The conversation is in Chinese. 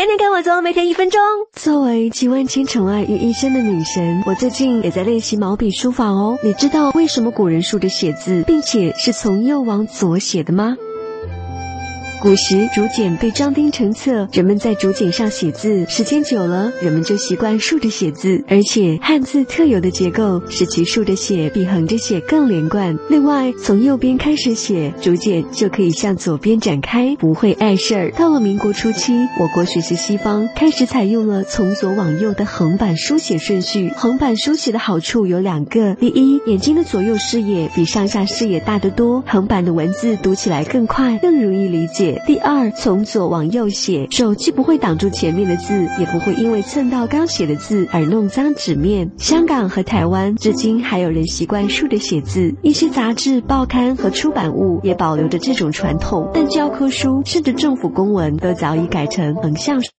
天天跟我走，每天1分钟。作为集万千宠爱于一身的女神，我最近也在练习毛笔书法哦。你知道为什么古人竖着写字，并且是从右往左写的吗？古时竹简被装订成册，人们在竹简上写字，时间久了，人们就习惯竖着写字，而且汉字特有的结构使其竖着写比横着写更连贯。另外，从右边开始写，竹简就可以向左边展开，不会碍事儿。到了民国初期，我国学习西方，开始采用了从左往右的横版书写顺序。横版书写的好处有2个：第一，眼睛的左右视野比上下视野大得多，横版的文字读起来更快，更容易理解。第二，从左往右写，手既不会挡住前面的字，也不会因为蹭到刚写的字而弄脏纸面。香港和台湾至今还有人习惯竖着写字，一些杂志、报刊和出版物也保留着这种传统，但教科书甚至政府公文都早已改成横向